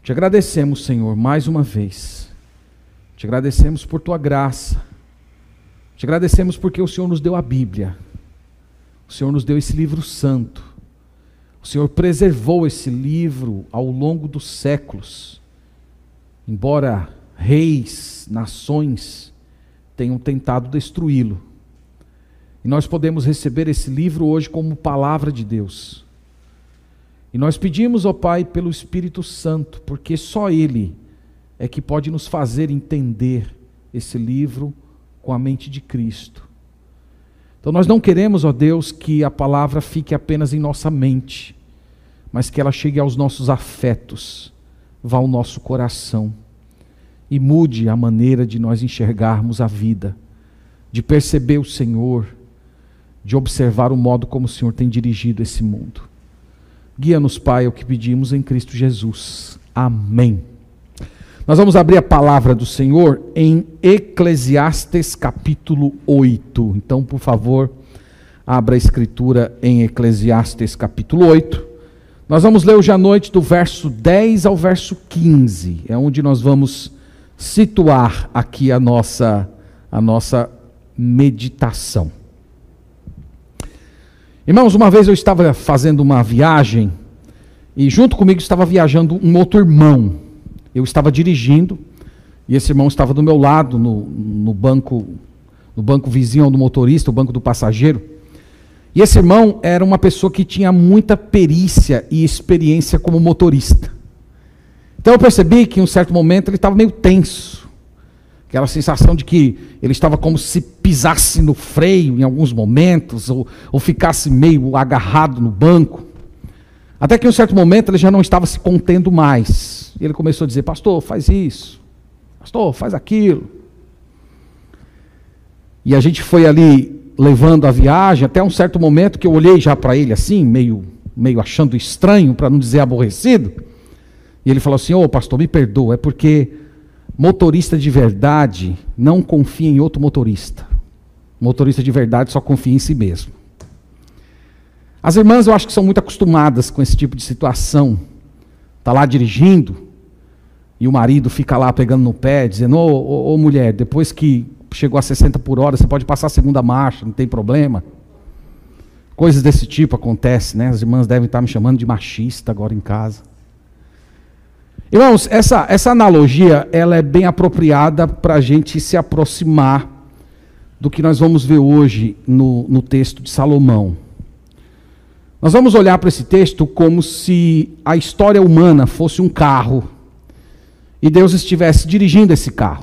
Te agradecemos, Senhor, mais uma vez. Te agradecemos por Tua graça. Te agradecemos porque o Senhor nos deu a Bíblia. O Senhor nos deu esse livro santo. O Senhor preservou esse livro ao longo dos séculos. Embora reis, nações tenham tentado destruí-lo. E nós podemos receber esse livro hoje como palavra de Deus. E nós pedimos, ó Pai, pelo Espírito Santo, porque só Ele é que pode nos fazer entender esse livro com a mente de Cristo. Então nós não queremos, ó Deus, que a palavra fique apenas em nossa mente, mas que ela chegue aos nossos afetos, vá ao nosso coração e mude a maneira de nós enxergarmos a vida, de perceber o Senhor, de observar o modo como o Senhor tem dirigido esse mundo. Guia-nos, Pai, é o que pedimos em Cristo Jesus. Amém. Nós vamos abrir a palavra do Senhor em Eclesiastes capítulo 8. Então, por favor, abra a escritura em Eclesiastes capítulo 8. Nós vamos ler hoje à noite do verso 10 ao verso 15. É onde nós vamos situar aqui a nossa meditação. Irmãos, uma vez eu estava fazendo uma viagem e junto comigo estava viajando um outro irmão. Eu estava dirigindo e esse irmão estava do meu lado no banco vizinho ao do motorista, o banco do passageiro. E esse irmão era uma pessoa que tinha muita perícia e experiência como motorista. Então eu percebi que em um certo momento ele estava meio tenso. Aquela sensação de que ele estava como se pisasse no freio em alguns momentos, ou ficasse meio agarrado no banco. Até que em um certo momento ele já não estava se contendo mais. E ele começou a dizer: pastor, faz isso. Pastor, faz aquilo. E a gente foi ali levando a viagem, até um certo momento que eu olhei já para ele assim, meio achando estranho, para não dizer aborrecido. E ele falou assim: ô pastor, me perdoa, é porque motorista de verdade não confia em outro motorista. Motorista de verdade só confia em si mesmo. As irmãs eu acho que são muito acostumadas com esse tipo de situação. Está lá dirigindo e o marido fica lá pegando no pé, dizendo: ô mulher, depois que chegou a 60 por hora, você pode passar a segunda marcha, não tem problema. Coisas desse tipo acontecem, né? As irmãs devem estar me chamando de machista agora em casa. Irmãos, essa analogia ela é bem apropriada para a gente se aproximar do que nós vamos ver hoje no texto de Salomão. Nós vamos olhar para esse texto como se a história humana fosse um carro e Deus estivesse dirigindo esse carro.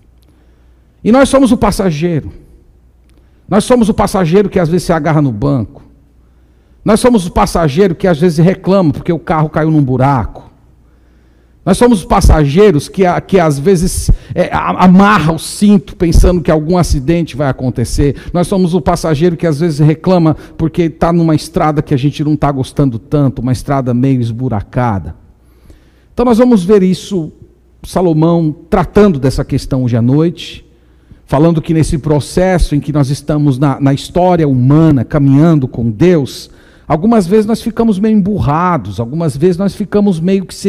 E nós somos o passageiro. Nós somos o passageiro que às vezes se agarra no banco. Nós somos o passageiro que às vezes reclama porque o carro caiu num buraco. Nós somos os passageiros que às vezes amarra o cinto pensando que algum acidente vai acontecer. Nós somos o passageiro que às vezes reclama porque está numa estrada que a gente não está gostando tanto, uma estrada meio esburacada. Então nós vamos ver isso, Salomão tratando dessa questão hoje à noite, falando que nesse processo em que nós estamos na história humana, caminhando com Deus, algumas vezes nós ficamos meio emburrados, algumas vezes nós ficamos meio que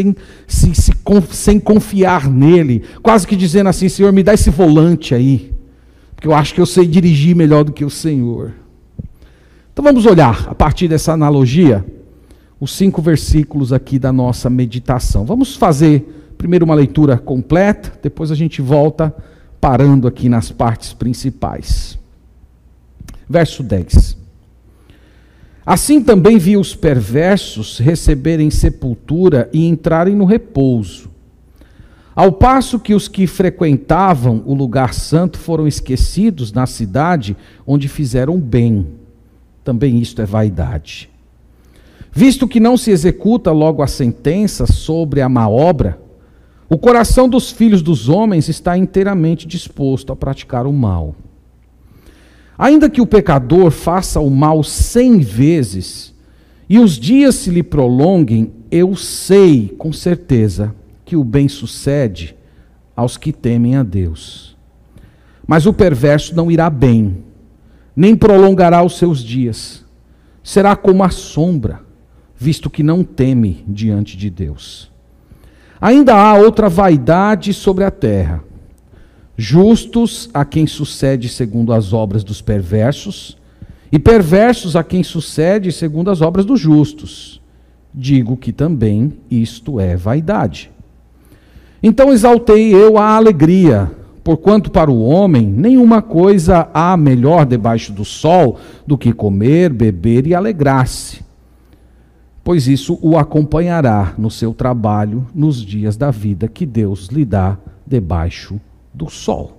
sem confiar nele, quase que dizendo assim: Senhor, me dá esse volante aí, porque eu acho que eu sei dirigir melhor do que o Senhor. Então vamos olhar, a partir dessa analogia, os 5 versículos aqui da nossa meditação. Vamos fazer primeiro uma leitura completa, depois a gente volta parando aqui nas partes principais. Verso 10. Assim também vi os perversos receberem sepultura e entrarem no repouso, ao passo que os que frequentavam o lugar santo foram esquecidos na cidade onde fizeram bem. Também isto é vaidade. Visto que não se executa logo a sentença sobre a má obra, o coração dos filhos dos homens está inteiramente disposto a praticar o mal. Ainda que o pecador faça o mal 100 vezes, e os dias se lhe prolonguem, eu sei com certeza que o bem sucede aos que temem a Deus. Mas o perverso não irá bem, nem prolongará os seus dias. Será como a sombra, visto que não teme diante de Deus. Ainda há outra vaidade sobre a terra. Justos a quem sucede segundo as obras dos perversos, e perversos a quem sucede segundo as obras dos justos. Digo que também isto é vaidade. Então exaltei eu a alegria, porquanto para o homem nenhuma coisa há melhor debaixo do sol do que comer, beber e alegrar-se, pois isso o acompanhará no seu trabalho nos dias da vida que Deus lhe dá debaixo do sol.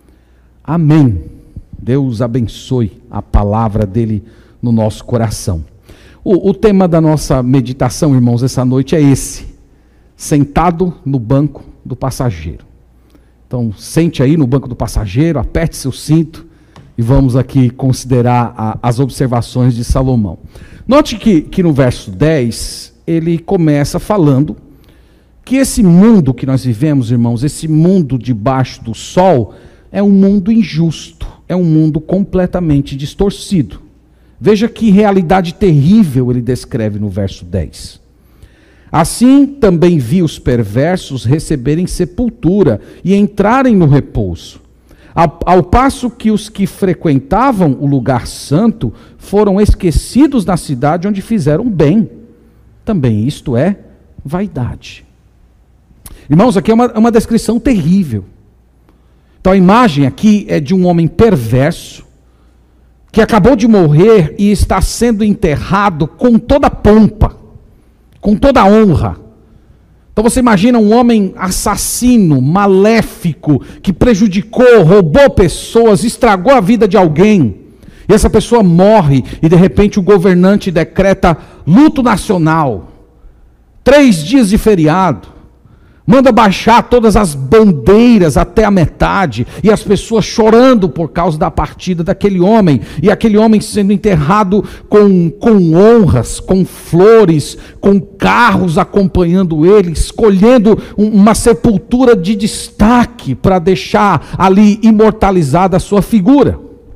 Amém. Deus abençoe a palavra dele no nosso coração. O tema da nossa meditação, irmãos, essa noite é esse: sentado no banco do passageiro. Então, sente aí no banco do passageiro, aperte seu cinto e vamos aqui considerar as observações de Salomão. Note que no verso 10, ele começa falando que esse mundo que nós vivemos, irmãos, esse mundo debaixo do sol, é um mundo injusto, é um mundo completamente distorcido. Veja que realidade terrível ele descreve no verso 10. Assim também vi os perversos receberem sepultura e entrarem no repouso, ao passo que os que frequentavam o lugar santo foram esquecidos na cidade onde fizeram bem. Também isto é vaidade. Irmãos, aqui é uma descrição terrível. Então a imagem aqui é de um homem perverso, que acabou de morrer e está sendo enterrado com toda a pompa, com toda a honra. Então você imagina um homem assassino, maléfico, que prejudicou, roubou pessoas, estragou a vida de alguém. E essa pessoa morre e de repente o governante decreta luto nacional, 3 dias de feriado. Manda baixar todas as bandeiras até a metade, e as pessoas chorando por causa da partida daquele homem, e aquele homem sendo enterrado com honras, com flores, com carros acompanhando ele, escolhendo uma sepultura de destaque para deixar ali imortalizada a sua figura.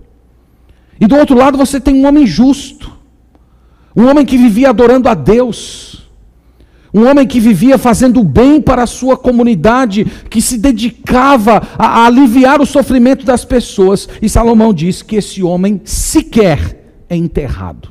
E do outro lado você tem um homem justo, um homem que vivia adorando a Deus, um homem que vivia fazendo bem para a sua comunidade, que se dedicava a aliviar o sofrimento das pessoas. E Salomão diz que esse homem sequer é enterrado.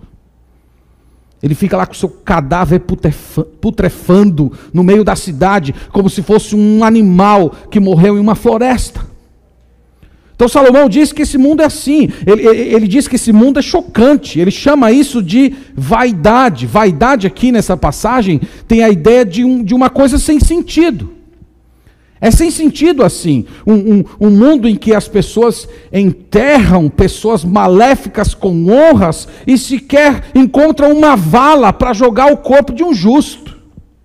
Ele fica lá com o seu cadáver putrefando no meio da cidade, como se fosse um animal que morreu em uma floresta. Então Salomão diz que esse mundo é assim, ele diz que esse mundo é chocante, ele chama isso de vaidade. Vaidade aqui nessa passagem tem a ideia de uma coisa sem sentido. É sem sentido assim, um mundo em que as pessoas enterram pessoas maléficas com honras e sequer encontram uma vala para jogar o corpo de um justo.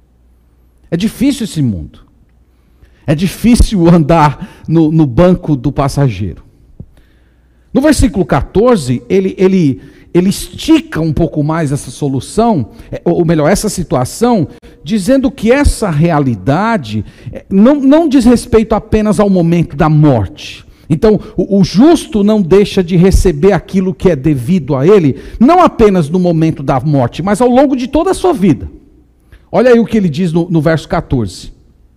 É difícil esse mundo. É difícil andar no banco do passageiro. No versículo 14, ele estica um pouco mais essa solução, ou melhor, essa situação, dizendo que essa realidade não diz respeito apenas ao momento da morte. Então, o justo não deixa de receber aquilo que é devido a ele, não apenas no momento da morte, mas ao longo de toda a sua vida. Olha aí o que ele diz no verso 14.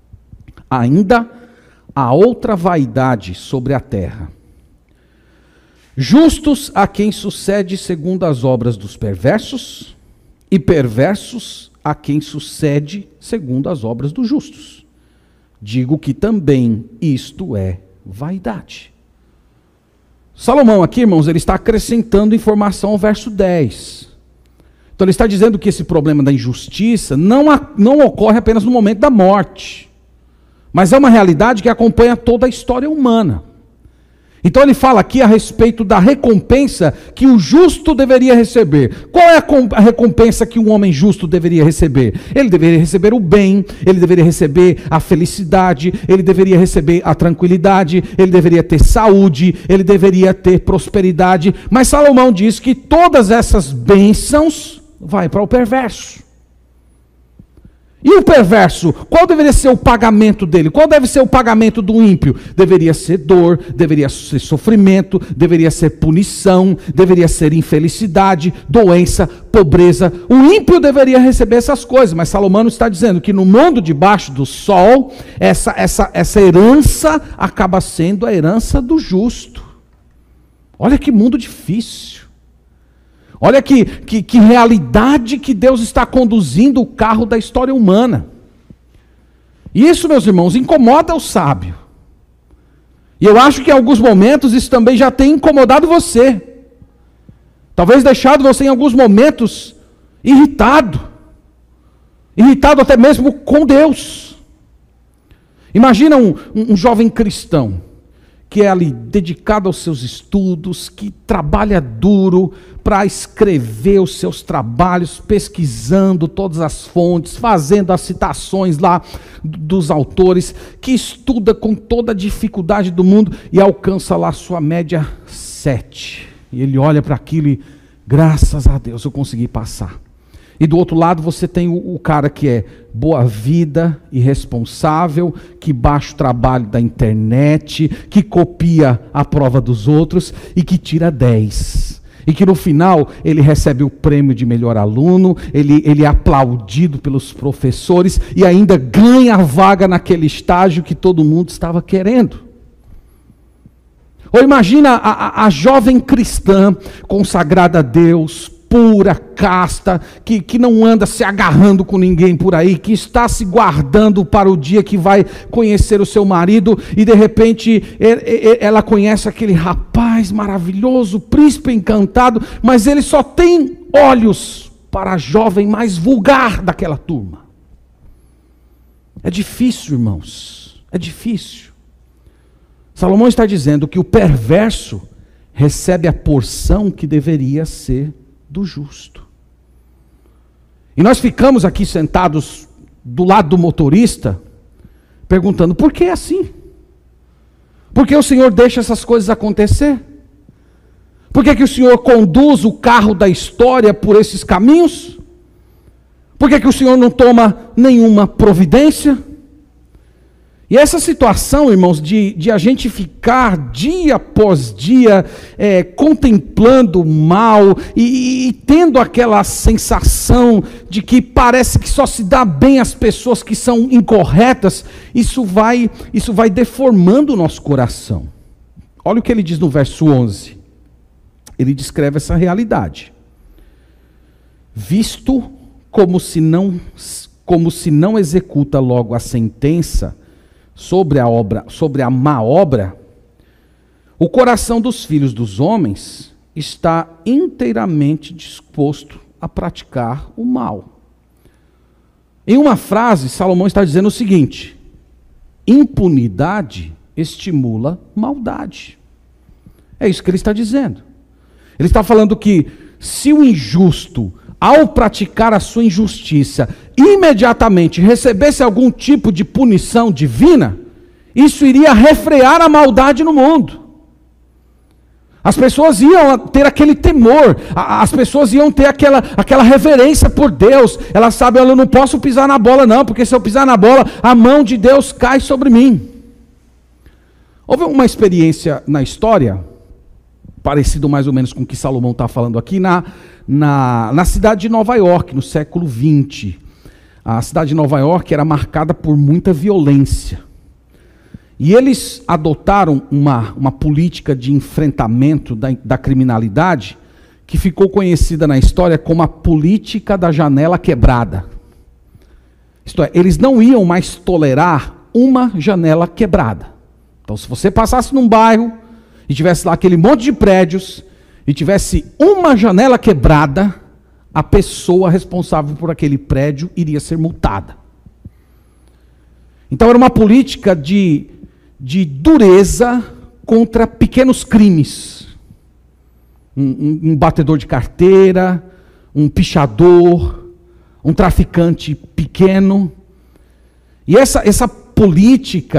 Ainda há outra vaidade sobre a terra. Justos a quem sucede segundo as obras dos perversos, e perversos a quem sucede segundo as obras dos justos. Digo que também isto é vaidade. Salomão aqui, irmãos, ele está acrescentando informação ao verso 10. Então ele está dizendo que esse problema da injustiça não ocorre apenas no momento da morte, mas é uma realidade que acompanha toda a história humana. Então ele fala aqui a respeito da recompensa que o justo deveria receber. Qual é a recompensa que um homem justo deveria receber? Ele deveria receber o bem, ele deveria receber a felicidade, ele deveria receber a tranquilidade, ele deveria ter saúde, ele deveria ter prosperidade. Mas Salomão diz que todas essas bênçãos vai para o perverso. E o perverso, qual deveria ser o pagamento dele? Qual deve ser o pagamento do ímpio? Deveria ser dor, deveria ser sofrimento, deveria ser punição, deveria ser infelicidade, doença, pobreza. O ímpio deveria receber essas coisas, mas Salomão está dizendo que no mundo debaixo do sol, essa herança acaba sendo a herança do justo. Olha que mundo difícil. Olha que realidade que Deus está conduzindo o carro da história humana. E isso, meus irmãos, incomoda o sábio. E eu acho que em alguns momentos isso também já tem incomodado você. Talvez deixado você em alguns momentos irritado. Irritado até mesmo com Deus. Imagina um jovem cristão que é ali dedicado aos seus estudos, que trabalha duro para escrever os seus trabalhos, pesquisando todas as fontes, fazendo as citações lá dos autores, que estuda com toda a dificuldade do mundo e alcança lá sua média 7. E ele olha para aquilo e, graças a Deus, eu consegui passar. E do outro lado você tem o cara que é boa vida, irresponsável, que baixa o trabalho da internet, que copia a prova dos outros e que tira 10. E que no final ele recebe o prêmio de melhor aluno, ele é aplaudido pelos professores e ainda ganha a vaga naquele estágio que todo mundo estava querendo. Ou imagina a jovem cristã consagrada a Deus, pura, casta, que não anda se agarrando com ninguém por aí, que está se guardando para o dia que vai conhecer o seu marido, e de repente ela conhece aquele rapaz maravilhoso, príncipe encantado, mas ele só tem olhos para a jovem mais vulgar daquela turma. É difícil, irmãos, é difícil. Salomão está dizendo que o perverso recebe a porção que deveria ser do justo. E nós ficamos aqui sentados do lado do motorista, perguntando, por que é assim? Por que o Senhor deixa essas coisas acontecer? Por que o Senhor conduz o carro da história por esses caminhos? Por que o Senhor não toma nenhuma providência? E essa situação, irmãos, de a gente ficar dia após dia contemplando o mal e tendo aquela sensação de que parece que só se dá bem às pessoas que são incorretas, isso vai deformando o nosso coração. Olha o que ele diz no verso 11. Ele descreve essa realidade. Visto como se não executa logo a sentença sobre a má obra, o coração dos filhos dos homens está inteiramente disposto a praticar o mal. Em uma frase, Salomão está dizendo o seguinte: impunidade estimula maldade. É isso que ele está dizendo. Ele está falando que se o injusto, ao praticar a sua injustiça, imediatamente recebesse algum tipo de punição divina, isso iria refrear a maldade no mundo. As pessoas iam ter aquele temor, as pessoas iam ter aquela reverência por Deus. Elas sabem, eu não posso pisar na bola não, porque se eu pisar na bola, a mão de Deus cai sobre mim. Houve uma experiência na história, parecido mais ou menos com o que Salomão está falando aqui, na cidade de Nova York, no século XX. A cidade de Nova York era marcada por muita violência. E eles adotaram uma política de enfrentamento da criminalidade que ficou conhecida na história como a política da janela quebrada. Isto é, eles não iam mais tolerar uma janela quebrada. Então, se você passasse num bairro e tivesse lá aquele monte de prédios e tivesse uma janela quebrada, a pessoa responsável por aquele prédio iria ser multada. Então era uma política de dureza contra pequenos crimes. Um batedor de carteira, um pichador, um traficante pequeno. E essa política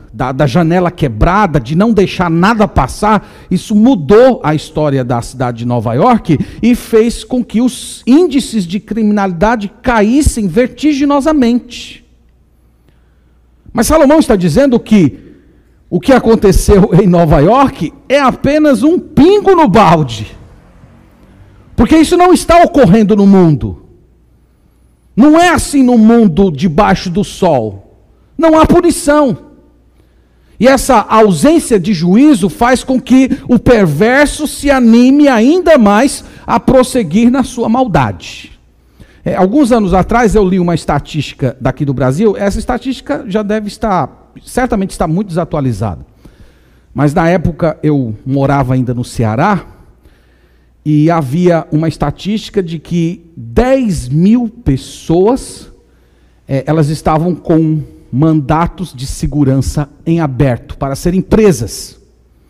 da janela quebrada, de não deixar nada passar, isso mudou a história da cidade de Nova York e fez com que os índices de criminalidade caíssem vertiginosamente. Mas Salomão está dizendo que o que aconteceu em Nova York é apenas um pingo no balde. Porque isso não está ocorrendo no mundo. Não é assim no mundo debaixo do sol. Não há punição. E essa ausência de juízo faz com que o perverso se anime ainda mais a prosseguir na sua maldade. Alguns anos atrás eu li uma estatística daqui do Brasil. Essa estatística já deve estar, certamente está muito desatualizada. Mas na época eu morava ainda no Ceará e havia uma estatística de que 10 mil pessoas, elas estavam com mandatos de segurança em aberto para serem presas.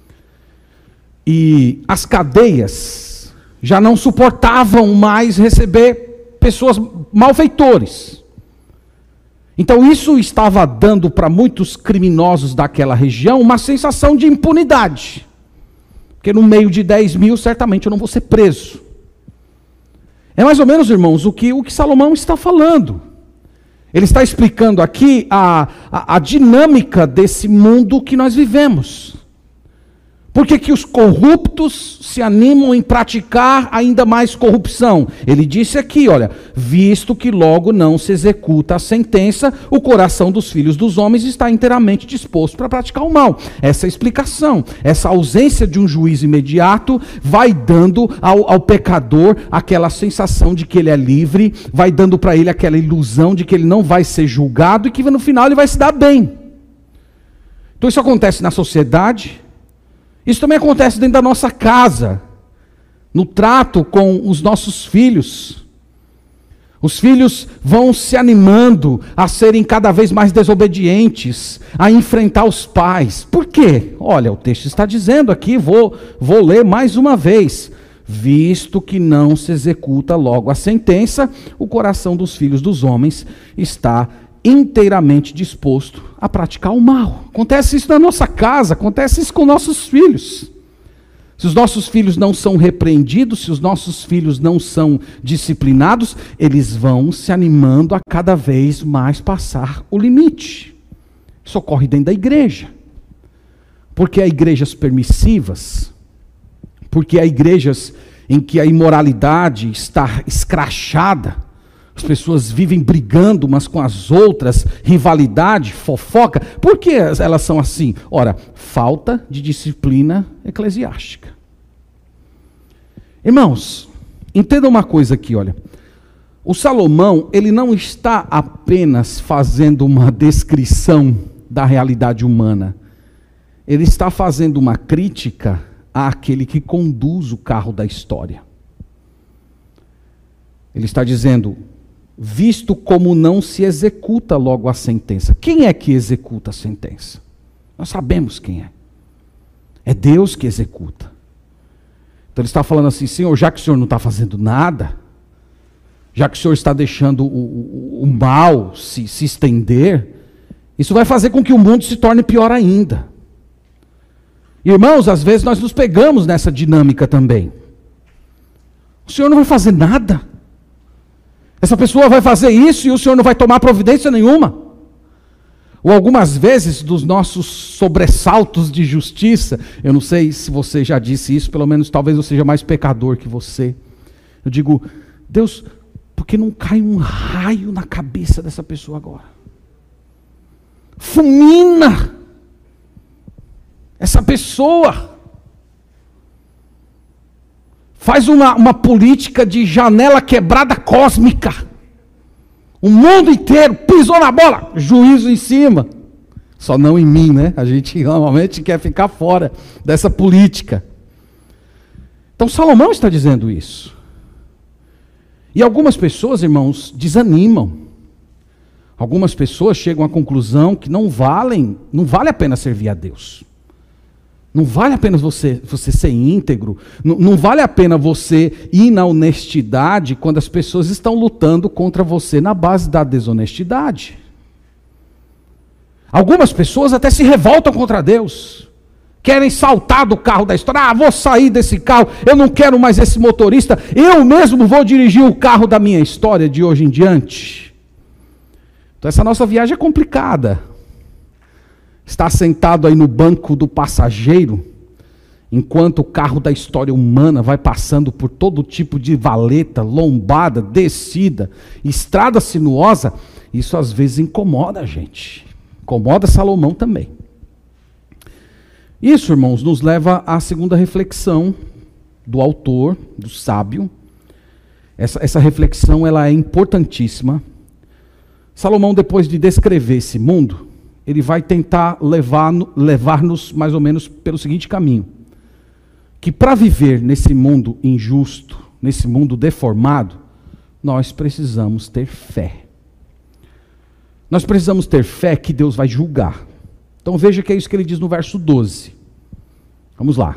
E as cadeias já não suportavam mais receber pessoas malfeitores. Então isso estava dando para muitos criminosos daquela região uma sensação de impunidade. Porque no meio de 10 mil, certamente eu não vou ser preso. É mais ou menos, irmãos, o que Salomão está falando. Ele está explicando aqui a dinâmica desse mundo que nós vivemos. Por que os corruptos se animam em praticar ainda mais corrupção? Ele disse aqui, olha, visto que logo não se executa a sentença, o coração dos filhos dos homens está inteiramente disposto para praticar o mal. Essa é a explicação. Essa ausência de um juízo imediato vai dando ao pecador aquela sensação de que ele é livre, vai dando para ele aquela ilusão de que ele não vai ser julgado e que no final ele vai se dar bem. Então isso acontece na sociedade. Isso também acontece dentro da nossa casa, no trato com os nossos filhos. Os filhos vão se animando a serem cada vez mais desobedientes, a enfrentar os pais. Por quê? Olha, o texto está dizendo aqui, vou ler mais uma vez. Visto que não se executa logo a sentença, o coração dos filhos dos homens está inteiramente disposto a praticar o mal. Acontece isso na nossa casa, acontece isso com nossos filhos. Se os nossos filhos não são repreendidos, se os nossos filhos não são disciplinados, eles vão se animando a cada vez mais passar o limite. Isso ocorre dentro da igreja. Porque há igrejas permissivas, porque há igrejas em que a imoralidade está escrachada, as pessoas vivem brigando umas com as outras, rivalidade, fofoca. Por que elas são assim? Ora, falta de disciplina eclesiástica. Irmãos, entenda uma coisa aqui, olha. O Salomão, ele não está apenas fazendo uma descrição da realidade humana. Ele está fazendo uma crítica àquele que conduz o carro da história. Ele está dizendo, visto como não se executa logo a sentença. Quem é que executa a sentença? Nós sabemos quem é. É Deus que executa. Então ele está falando assim, Senhor, já que o Senhor não está fazendo nada, já que o Senhor está deixando o mal se estender, isso vai fazer com que o mundo se torne pior ainda. Irmãos, às vezes nós nos pegamos nessa dinâmica também. O Senhor não vai fazer nada. Essa pessoa vai fazer isso e o Senhor não vai tomar providência nenhuma. Ou algumas vezes dos nossos sobressaltos de justiça, eu não sei se você já disse isso, pelo menos talvez eu seja mais pecador que você. Eu digo, Deus, por que não cai um raio na cabeça dessa pessoa agora? Fulmina essa pessoa. Faz uma política de janela quebrada cósmica. O mundo inteiro pisou na bola, juízo em cima. Só não em mim, né? A gente normalmente quer ficar fora dessa política. Então Salomão está dizendo isso. E algumas pessoas, irmãos, desanimam. Algumas pessoas chegam à conclusão que não vale a pena servir a Deus. Não vale a pena você ser íntegro, não vale a pena você ir na honestidade quando as pessoas estão lutando contra você na base da desonestidade. Algumas pessoas até se revoltam contra Deus. Querem saltar do carro da história. Ah, vou sair desse carro, eu não quero mais esse motorista, eu mesmo vou dirigir o carro da minha história de hoje em diante. Então essa nossa viagem é complicada. Estar sentado aí no banco do passageiro, enquanto o carro da história humana vai passando por todo tipo de valeta, lombada, descida, estrada sinuosa, isso às vezes incomoda a gente. Incomoda Salomão também. Isso, irmãos, nos leva à segunda reflexão do autor, do sábio. Essa reflexão ela é importantíssima. Salomão, depois de descrever esse mundo, ele vai tentar levar-nos mais ou menos pelo seguinte caminho. Que para viver nesse mundo injusto, nesse mundo deformado, nós precisamos ter fé. Nós precisamos ter fé que Deus vai julgar. Então veja que é isso que ele diz no verso 12. Vamos lá.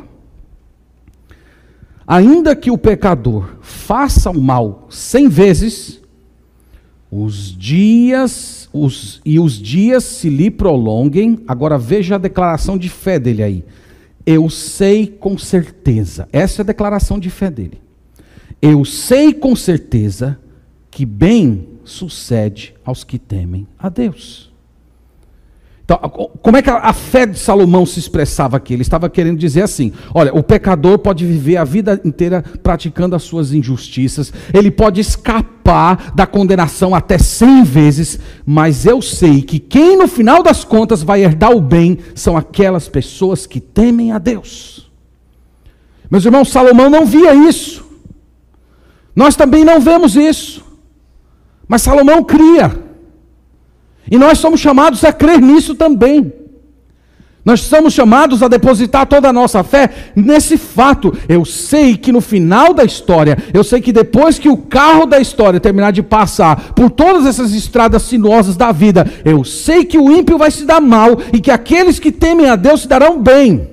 Ainda que o pecador faça o mal 100 vezes, os dias se lhe prolonguem. Agora veja a declaração de fé dele aí. Eu sei com certeza, essa é a declaração de fé dele. Eu sei com certeza que bem sucede aos que temem a Deus. Então, como é que a fé de Salomão se expressava aqui? Ele estava querendo dizer assim, olha, o pecador pode viver a vida inteira praticando as suas injustiças, ele pode escapar da condenação até 100 vezes, mas eu sei que quem no final das contas vai herdar o bem são aquelas pessoas que temem a Deus. Meus irmãos, Salomão não via isso. Nós também não vemos isso. Mas Salomão cria. E nós somos chamados a crer nisso também. Nós somos chamados a depositar toda a nossa fé nesse fato. Eu sei que no final da história, eu sei que depois que o carro da história terminar de passar por todas essas estradas sinuosas da vida, eu sei que o ímpio vai se dar mal e que aqueles que temem a Deus se darão bem.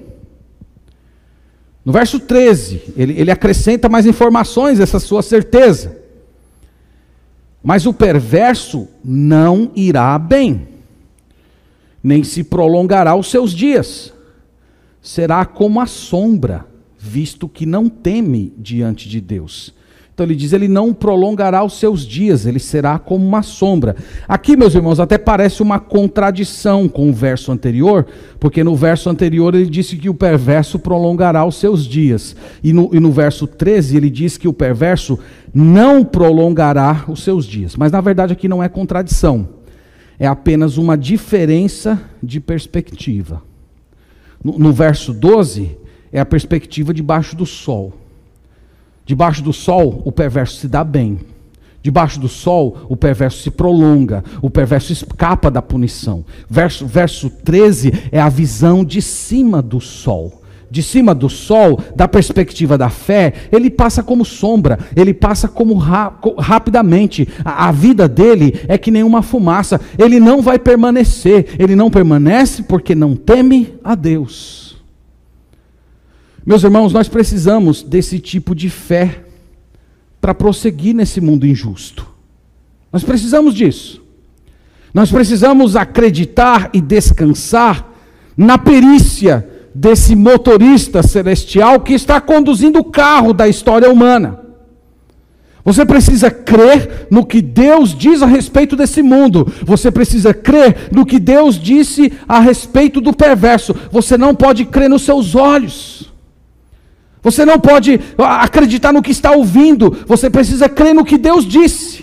No verso 13, ele acrescenta mais informações, essa sua certeza. Mas o perverso não irá bem, nem se prolongará os seus dias. Será como a sombra, visto que não teme diante de Deus. Então ele diz, ele não prolongará os seus dias, ele será como uma sombra. Aqui, meus irmãos, até parece uma contradição com o verso anterior, porque no verso anterior ele disse que o perverso prolongará os seus dias. E no verso 13 ele diz que o perverso não prolongará os seus dias. Mas na verdade aqui não é contradição, é apenas uma diferença de perspectiva. No verso 12 é a perspectiva debaixo do sol. Debaixo do sol, o perverso se dá bem. Debaixo do sol, o perverso se prolonga. O perverso escapa da punição. Verso 13 é a visão de cima do sol. De cima do sol, da perspectiva da fé, ele passa como sombra. Ele passa como rapidamente. A vida dele é que nem uma fumaça. Ele não vai permanecer. Ele não permanece porque não teme a Deus. Meus irmãos, nós precisamos desse tipo de fé para prosseguir nesse mundo injusto. Nós precisamos disso. Nós precisamos acreditar e descansar na perícia desse motorista celestial que está conduzindo o carro da história humana. Você precisa crer no que Deus diz a respeito desse mundo. Você precisa crer no que Deus disse a respeito do perverso. Você não pode crer nos seus olhos. Você não pode acreditar no que está ouvindo. Você precisa crer no que Deus disse.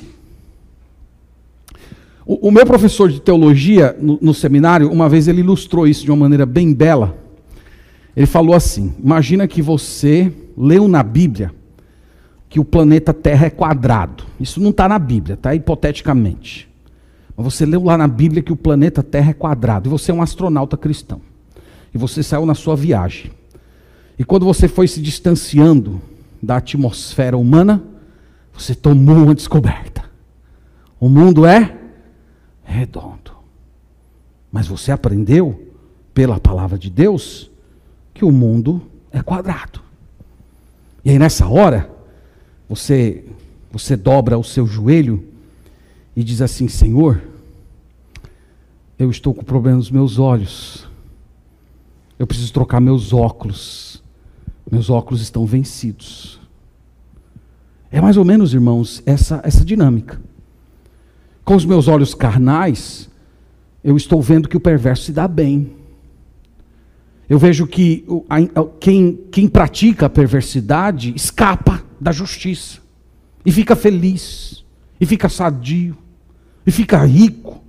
O meu professor de teologia no seminário, uma vez ele ilustrou isso de uma maneira bem bela. Ele falou assim, imagina que você leu na Bíblia que o planeta Terra é quadrado. Isso não está na Bíblia, está hipoteticamente. Mas você leu lá na Bíblia que o planeta Terra é quadrado. E você é um astronauta cristão. E você saiu na sua viagem. E quando você foi se distanciando da atmosfera humana, você tomou uma descoberta. O mundo é redondo. Mas você aprendeu, pela palavra de Deus, que o mundo é quadrado. E aí nessa hora, você dobra o seu joelho e diz assim, Senhor, eu estou com problema nos meus olhos. Eu preciso trocar meus óculos. Meus óculos estão vencidos. É mais ou menos, irmãos, essa dinâmica. Com os meus olhos carnais, eu estou vendo que o perverso se dá bem. Eu vejo que quem pratica a perversidade escapa da justiça. E fica feliz. E fica sadio. E fica rico.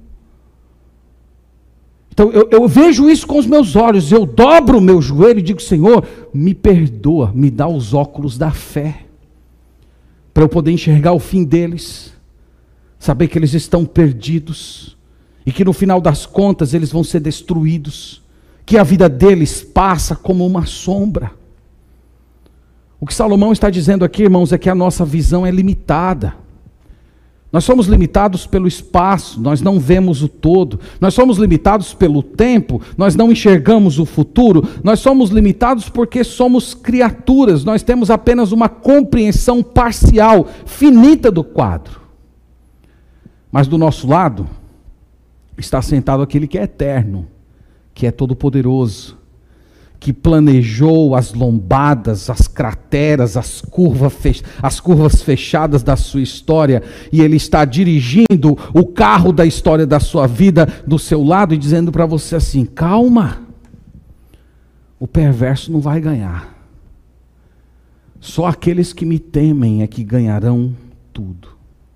Então eu vejo isso com os meus olhos. Eu dobro o meu joelho e digo: Senhor, me perdoa. Me dá os óculos da fé. Para eu poder enxergar o fim deles. Saber que eles estão perdidos. E que no final das contas eles vão ser destruídos. Que a vida deles passa como uma sombra. O que Salomão está dizendo aqui, irmãos, é que a nossa visão é limitada. Nós somos limitados pelo espaço, nós não vemos o todo. Nós somos limitados pelo tempo, nós não enxergamos o futuro. Nós somos limitados porque somos criaturas, nós temos apenas uma compreensão parcial, finita do quadro. Mas do nosso lado está sentado aquele que é eterno, que é todo-poderoso, que planejou as lombadas, as crateras, as curvas fechadas da sua história, e Ele está dirigindo o carro da história da sua vida do seu lado e dizendo para você assim: calma, o perverso não vai ganhar, só aqueles que me temem é que ganharão tudo.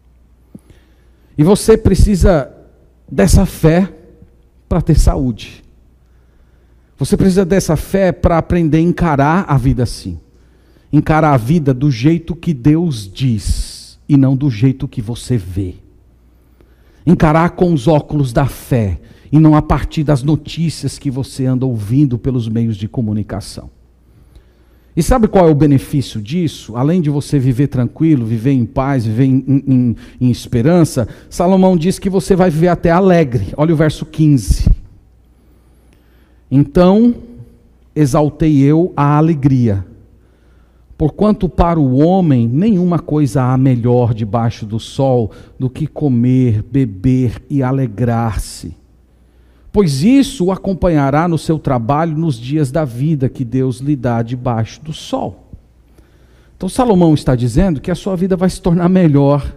E você precisa dessa fé para ter saúde. Você precisa dessa fé para aprender a encarar a vida assim. Encarar a vida do jeito que Deus diz e não do jeito que você vê. Encarar com os óculos da fé e não a partir das notícias que você anda ouvindo pelos meios de comunicação. E sabe qual é o benefício disso? Além de você viver tranquilo, viver em paz, viver em esperança, Salomão diz que você vai viver até alegre. Olha o verso 15. Então exaltei eu a alegria, porquanto para o homem nenhuma coisa há melhor debaixo do sol do que comer, beber e alegrar-se. Pois isso o acompanhará no seu trabalho nos dias da vida que Deus lhe dá debaixo do sol. Então Salomão está dizendo que a sua vida vai se tornar melhor.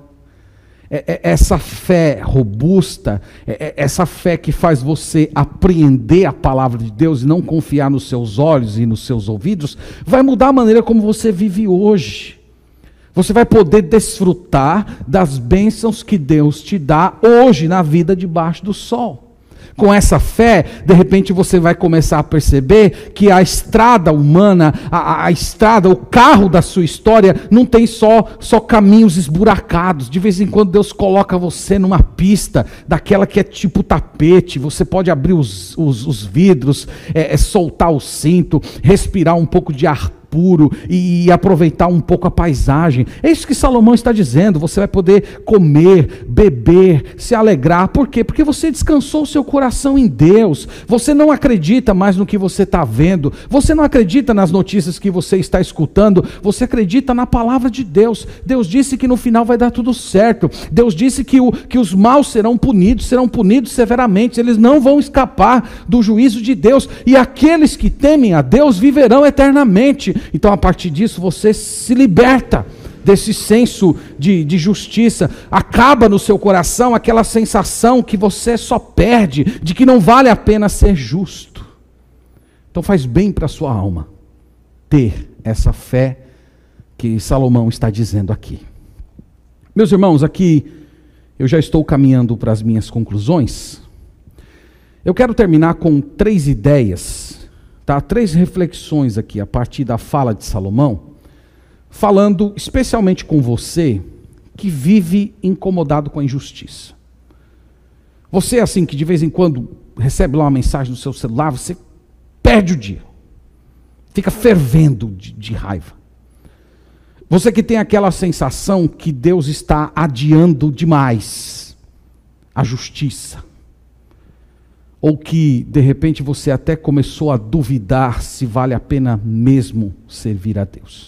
Essa fé robusta, essa fé que faz você apreender a palavra de Deus e não confiar nos seus olhos e nos seus ouvidos, vai mudar a maneira como você vive hoje. Você vai poder desfrutar das bênçãos que Deus te dá hoje na vida debaixo do sol. Com essa fé, de repente você vai começar a perceber que a estrada humana, a estrada, o carro da sua história, não tem só caminhos esburacados. De vez em quando Deus coloca você numa pista, daquela que é tipo tapete. Você pode abrir os vidros, soltar o cinto, respirar um pouco de ar puro e aproveitar um pouco a paisagem. É isso que Salomão está dizendo. Você vai poder comer, beber, se alegrar. Por quê? Porque você descansou o seu coração em Deus. Você não acredita mais no que você está vendo. Você não acredita nas notícias que você está escutando. Você acredita na palavra de Deus. Deus disse que no final vai dar tudo certo. Deus disse que os maus serão punidos severamente. Eles não vão escapar do juízo de Deus. E aqueles que temem a Deus viverão eternamente. Então, a partir disso, você se liberta desse senso de justiça. Acaba no seu coração aquela sensação que você só perde, de que não vale a pena ser justo. Então, faz bem para a sua alma ter essa fé que Salomão está dizendo aqui. Meus irmãos, aqui eu já estou caminhando para as minhas conclusões. Eu quero terminar com 3 ideias. Tá, 3 reflexões aqui, a partir da fala de Salomão, falando especialmente com você, que vive incomodado com a injustiça. Você, assim, que de vez em quando recebe lá uma mensagem no seu celular, você perde o dia, fica fervendo de raiva. Você que tem aquela sensação que Deus está adiando demais a justiça. Ou que, de repente, você até começou a duvidar se vale a pena mesmo servir a Deus.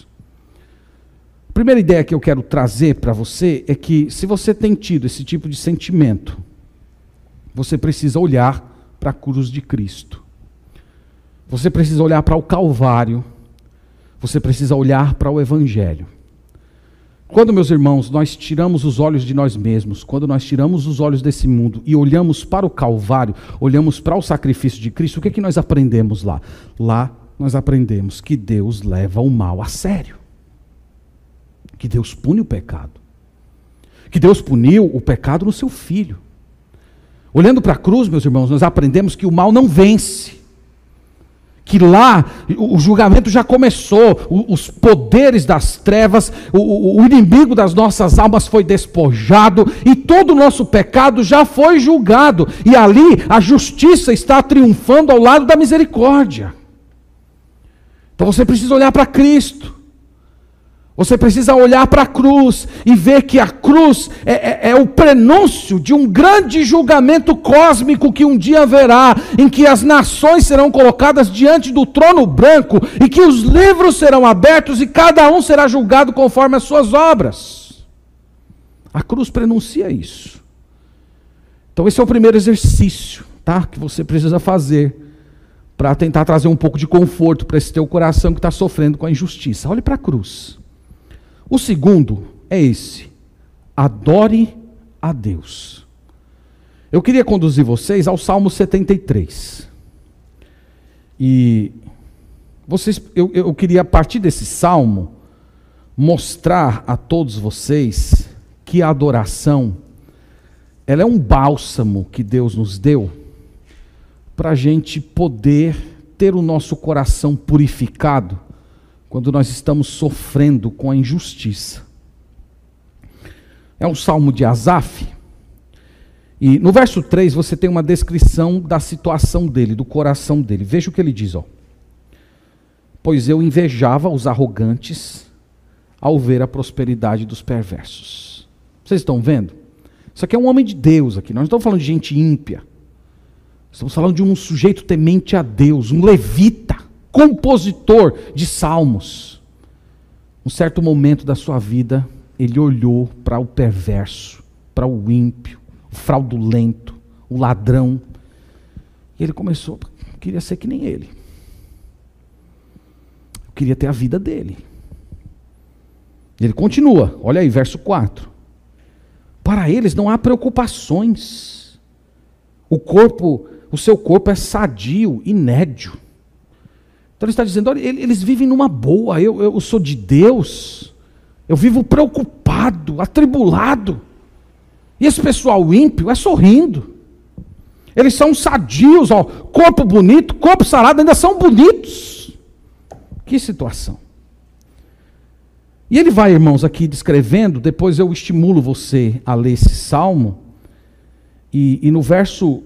A primeira ideia que eu quero trazer para você é que, se você tem tido esse tipo de sentimento, você precisa olhar para a cruz de Cristo. Você precisa olhar para o Calvário. Você precisa olhar para o Evangelho. Quando, meus irmãos, nós tiramos os olhos de nós mesmos, quando nós tiramos os olhos desse mundo e olhamos para o Calvário, olhamos para o sacrifício de Cristo, o que é que nós aprendemos lá? Lá nós aprendemos que Deus leva o mal a sério. Que Deus pune o pecado. Que Deus puniu o pecado no seu Filho. Olhando para a cruz, meus irmãos, nós aprendemos que o mal não vence. Que lá o julgamento já começou, os poderes das trevas, o inimigo das nossas almas foi despojado e todo o nosso pecado já foi julgado. E ali a justiça está triunfando ao lado da misericórdia. Então você precisa olhar para Cristo. Você precisa olhar para a cruz e ver que a cruz é o prenúncio de um grande julgamento cósmico que um dia haverá, em que as nações serão colocadas diante do trono branco e que os livros serão abertos e cada um será julgado conforme as suas obras. A cruz prenuncia isso. Então esse é o primeiro exercício, tá, que você precisa fazer para tentar trazer um pouco de conforto para esse teu coração que está sofrendo com a injustiça. Olhe para a cruz. O segundo é esse: adore a Deus. Eu queria conduzir vocês ao Salmo 73. E eu queria, a partir desse salmo, mostrar a todos vocês que a adoração, ela é um bálsamo que Deus nos deu para a gente poder ter o nosso coração purificado quando nós estamos sofrendo com a injustiça. É um salmo de Asaf, e no verso 3 você tem uma descrição da situação dele, do coração dele. Veja o que ele diz, ó. Pois eu invejava os arrogantes ao ver a prosperidade dos perversos. Vocês estão vendo? Isso aqui é um homem de Deus aqui, nós não estamos falando de gente ímpia. Estamos falando de um sujeito temente a Deus, um levita, compositor de salmos. Um certo momento da sua vida, ele olhou para o perverso, para o ímpio, o fraudulento, o ladrão. E ele começou, eu queria ser que nem ele. Eu queria ter a vida dele. Ele continua, olha aí, verso 4. Para eles não há preocupações. O seu corpo é sadio e nédio. Então ele está dizendo, olha, eles vivem numa boa, eu sou de Deus, eu vivo preocupado, atribulado. E esse pessoal ímpio é sorrindo. Eles são sadios, ó, corpo bonito, corpo sarado, ainda são bonitos. Que situação. E ele vai, irmãos, aqui descrevendo, depois eu estimulo você a ler esse salmo, e no verso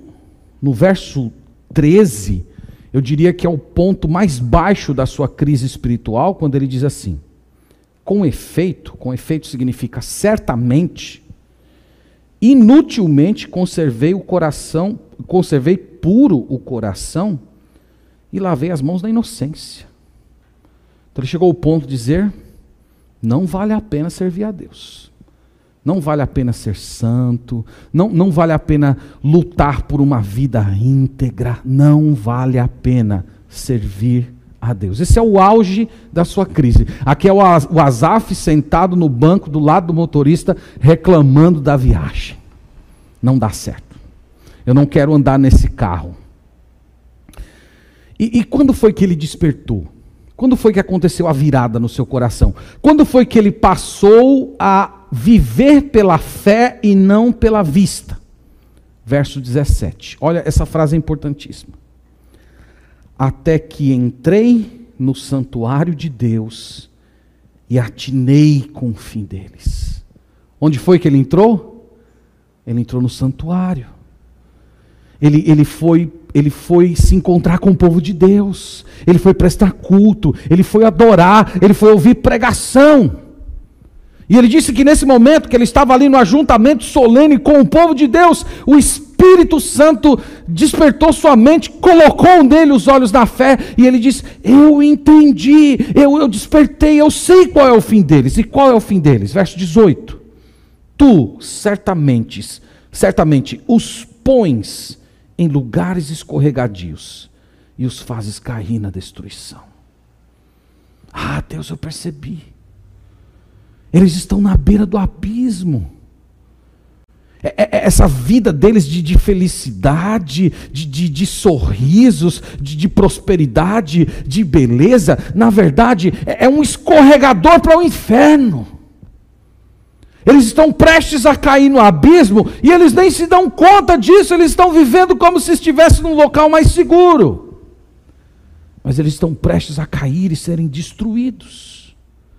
13, eu diria que é o ponto mais baixo da sua crise espiritual, quando ele diz assim: com efeito significa certamente, inutilmente conservei puro o coração e lavei as mãos na inocência. Então ele chegou ao ponto de dizer, não vale a pena servir a Deus. Não vale a pena ser santo, não vale a pena lutar por uma vida íntegra, não vale a pena servir a Deus. Esse é o auge da sua crise. Aqui é o Asaf sentado no banco do lado do motorista, reclamando da viagem. Não dá certo. Eu não quero andar nesse carro. E quando foi que ele despertou? Quando foi que aconteceu a virada no seu coração? Quando foi que ele passou a viver pela fé e não pela vista? Verso 17. Olha, essa frase é importantíssima. Até que entrei no santuário de Deus e atinei com o fim deles. Onde foi que ele entrou? Ele entrou no santuário. Ele foi se encontrar com o povo de Deus. Ele foi prestar culto. Ele foi adorar. Ele foi ouvir pregação. E ele disse que nesse momento que ele estava ali no ajuntamento solene com o povo de Deus, o Espírito Santo despertou sua mente, colocou nele os olhos da fé, e ele disse, eu entendi, eu despertei, eu sei qual é o fim deles. E qual é o fim deles? Verso 18. Tu certamente os pões em lugares escorregadios e os fazes cair na destruição. Ah, Deus, eu percebi. Eles estão na beira do abismo. Essa vida deles de felicidade, de sorrisos, de prosperidade, de beleza, na verdade, é um escorregador para o inferno. Eles estão prestes a cair no abismo e eles nem se dão conta disso, eles estão vivendo como se estivessem num local mais seguro. Mas eles estão prestes a cair e serem destruídos.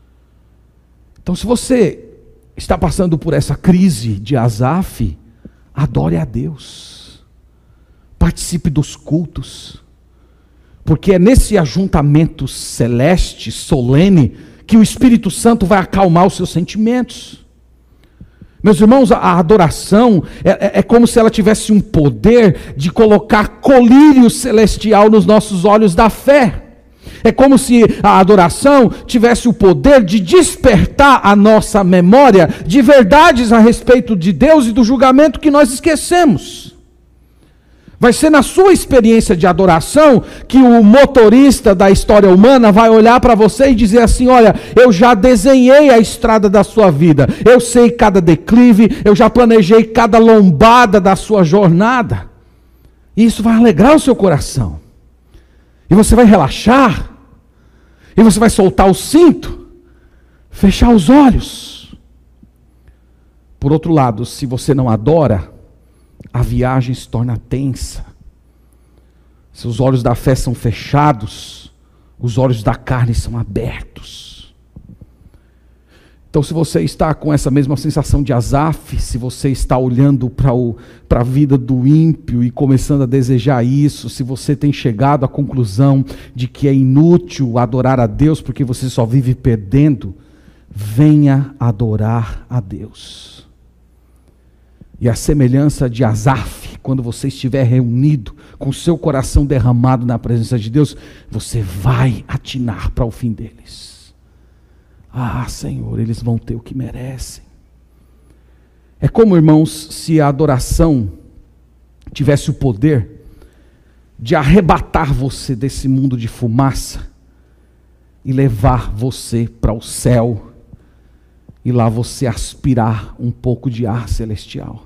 Então, se você está passando por essa crise de Asaf, adore a Deus. Participe dos cultos. Porque é nesse ajuntamento celeste, solene, que o Espírito Santo vai acalmar os seus sentimentos. Meus irmãos, a adoração é como se ela tivesse um poder de colocar colírio celestial nos nossos olhos da fé. É como se a adoração tivesse o poder de despertar a nossa memória de verdades a respeito de Deus e do julgamento que nós esquecemos. Vai ser na sua experiência de adoração que o motorista da história humana vai olhar para você e dizer assim: olha, eu já desenhei a estrada da sua vida, eu sei cada declive, eu já planejei cada lombada da sua jornada. E isso vai alegrar o seu coração. E você vai relaxar. E você vai soltar o cinto, fechar os olhos. Por outro lado, se você não adora, a viagem se torna tensa. Seus olhos da fé são fechados, os olhos da carne são abertos. Então, se você está com essa mesma sensação de Asaf, se você está olhando para a vida do ímpio e começando a desejar isso, se você tem chegado à conclusão de que é inútil adorar a Deus porque você só vive perdendo, venha adorar a Deus. E a semelhança de Asaf, quando você estiver reunido, com o seu coração derramado na presença de Deus, você vai atinar para o fim deles. Ah, Senhor, eles vão ter o que merecem. É como, irmãos, se a adoração tivesse o poder de arrebatar você desse mundo de fumaça e levar você para o céu e lá você aspirar um pouco de ar celestial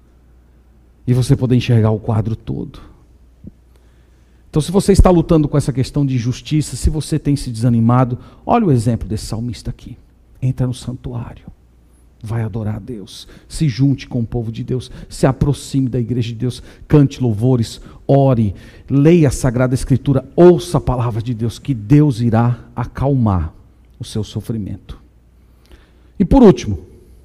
e você poder enxergar o quadro todo. Então, se você está lutando com essa questão de justiça, se você tem se desanimado, olha o exemplo desse salmista aqui. Entra no santuário, vai adorar a Deus, se junte com o povo de Deus, se aproxime da igreja de Deus, cante louvores, ore, leia a Sagrada Escritura, ouça a palavra de Deus, que Deus irá acalmar o seu sofrimento. E por último,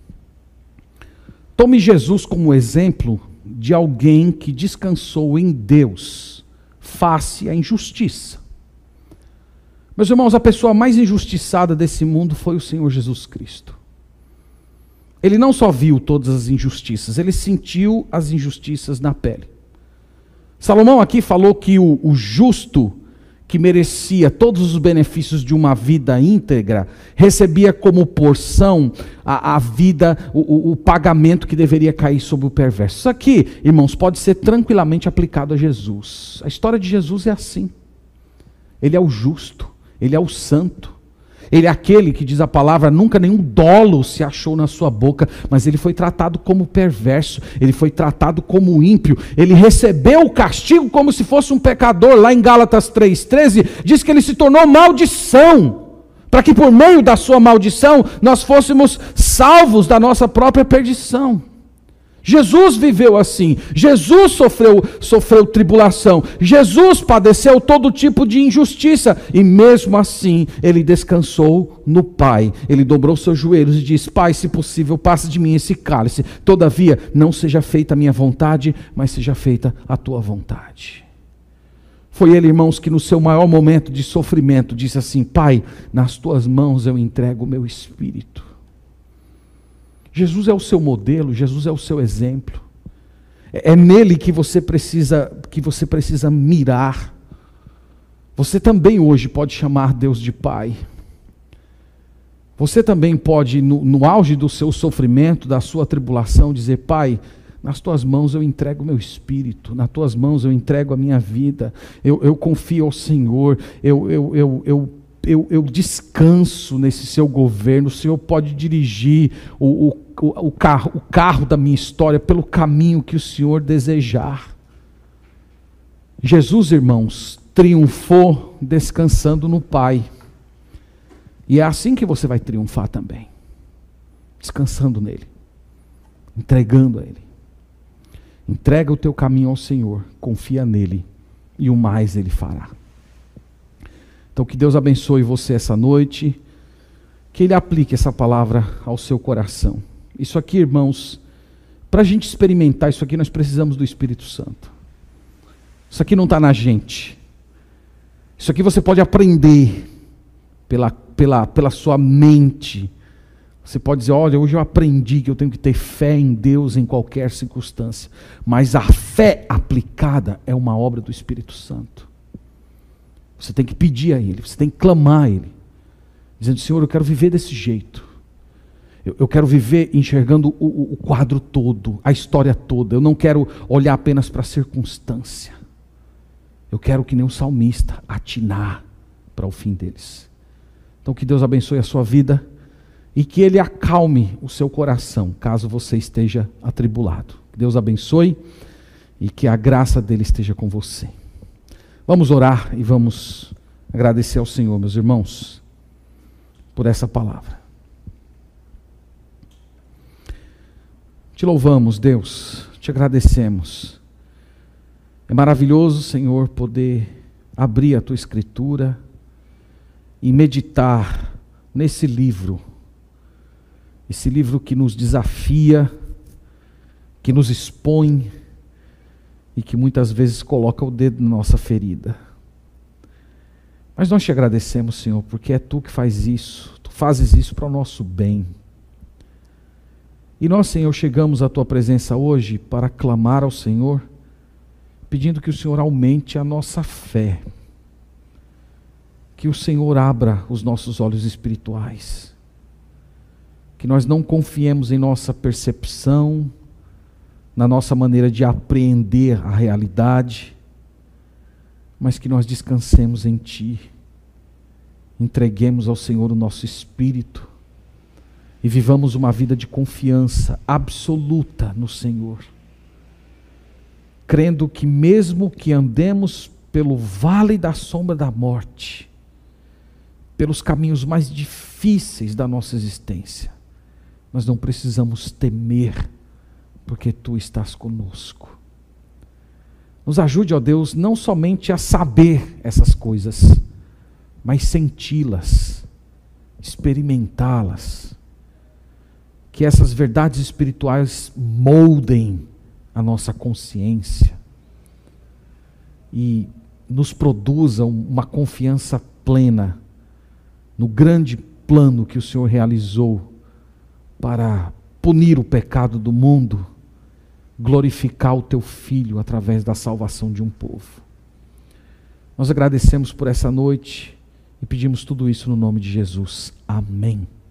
tome Jesus como exemplo de alguém que descansou em Deus face à injustiça. Meus irmãos, a pessoa mais injustiçada desse mundo foi o Senhor Jesus Cristo. Ele não só viu todas as injustiças, ele sentiu as injustiças na pele. Salomão aqui falou que o justo, que merecia todos os benefícios de uma vida íntegra, recebia como porção a vida, o pagamento que deveria cair sobre o perverso. Isso aqui, irmãos, pode ser tranquilamente aplicado a Jesus. A história de Jesus é assim. Ele é o justo, ele é o santo. Ele é aquele que diz a palavra, nunca nenhum dolo se achou na sua boca, mas ele foi tratado como perverso, ele foi tratado como ímpio, ele recebeu o castigo como se fosse um pecador. Lá em Gálatas 3,13, diz que ele se tornou maldição, para que por meio da sua maldição, nós fôssemos salvos da nossa própria perdição. Jesus viveu assim, Jesus sofreu tribulação, Jesus padeceu todo tipo de injustiça, e mesmo assim, ele descansou no Pai. Ele dobrou seus joelhos e disse: Pai, se possível, passe de mim esse cálice, todavia, não seja feita a minha vontade, mas seja feita a tua vontade. Foi ele, irmãos, que no seu maior momento de sofrimento, disse assim: Pai, nas tuas mãos eu entrego o meu espírito. Jesus é o seu modelo, Jesus é o seu exemplo. É nele que você precisa mirar. Você também hoje pode chamar Deus de Pai. Você também pode, no auge do seu sofrimento, da sua tribulação, dizer: Pai, nas tuas mãos eu entrego o meu espírito, nas tuas mãos eu entrego a minha vida, eu confio ao Senhor, eu descanso nesse seu governo. O Senhor pode dirigir o carro da minha história pelo caminho que o Senhor desejar. Jesus, irmãos, triunfou descansando no Pai. E é assim que você vai triunfar também. Descansando nele. Entregando a ele. Entrega o teu caminho ao Senhor. Confia nele. E o mais ele fará. Então que Deus abençoe você essa noite. Que ele aplique essa palavra ao seu coração. Isso aqui, irmãos, para a gente experimentar isso aqui, nós precisamos do Espírito Santo. Isso aqui não está na gente. Isso aqui você pode aprender pela sua mente. Você pode dizer, olha, hoje eu aprendi que eu tenho que ter fé em Deus em qualquer circunstância. Mas a fé aplicada é uma obra do Espírito Santo. Você tem que pedir a Ele, você tem que clamar a Ele. Dizendo, Senhor, eu quero viver desse jeito. Eu quero viver enxergando o quadro todo, a história toda. Eu não quero olhar apenas para a circunstância. Eu quero que nem o salmista, atinar para o fim deles. Então que Deus abençoe a sua vida e que Ele acalme o seu coração, caso você esteja atribulado. Que Deus abençoe e que a graça dEle esteja com você. Vamos orar e vamos agradecer ao Senhor, meus irmãos, por essa palavra. Te louvamos, Deus, te agradecemos. É maravilhoso, Senhor, poder abrir a Tua Escritura e meditar nesse livro. Esse livro que nos desafia, que nos expõe e que muitas vezes coloca o dedo na nossa ferida. Mas nós te agradecemos, Senhor, porque é Tu que faz isso. Tu fazes isso para o nosso bem. E nós, Senhor, chegamos à Tua presença hoje para clamar ao Senhor, pedindo que o Senhor aumente a nossa fé. Que o Senhor abra os nossos olhos espirituais. Que nós não confiemos em nossa percepção, na nossa maneira de apreender a realidade, mas que nós descansemos em Ti. Entreguemos ao Senhor o nosso espírito e vivamos uma vida de confiança absoluta no Senhor. Crendo que mesmo que andemos pelo vale da sombra da morte, pelos caminhos mais difíceis da nossa existência, nós não precisamos temer, porque Tu estás conosco. Nos ajude, ó Deus, não somente a saber essas coisas, mas senti-las, experimentá-las. Que essas verdades espirituais moldem a nossa consciência e nos produzam uma confiança plena no grande plano que o Senhor realizou para punir o pecado do mundo, glorificar o Teu Filho através da salvação de um povo. Nós agradecemos por essa noite e pedimos tudo isso no nome de Jesus. Amém.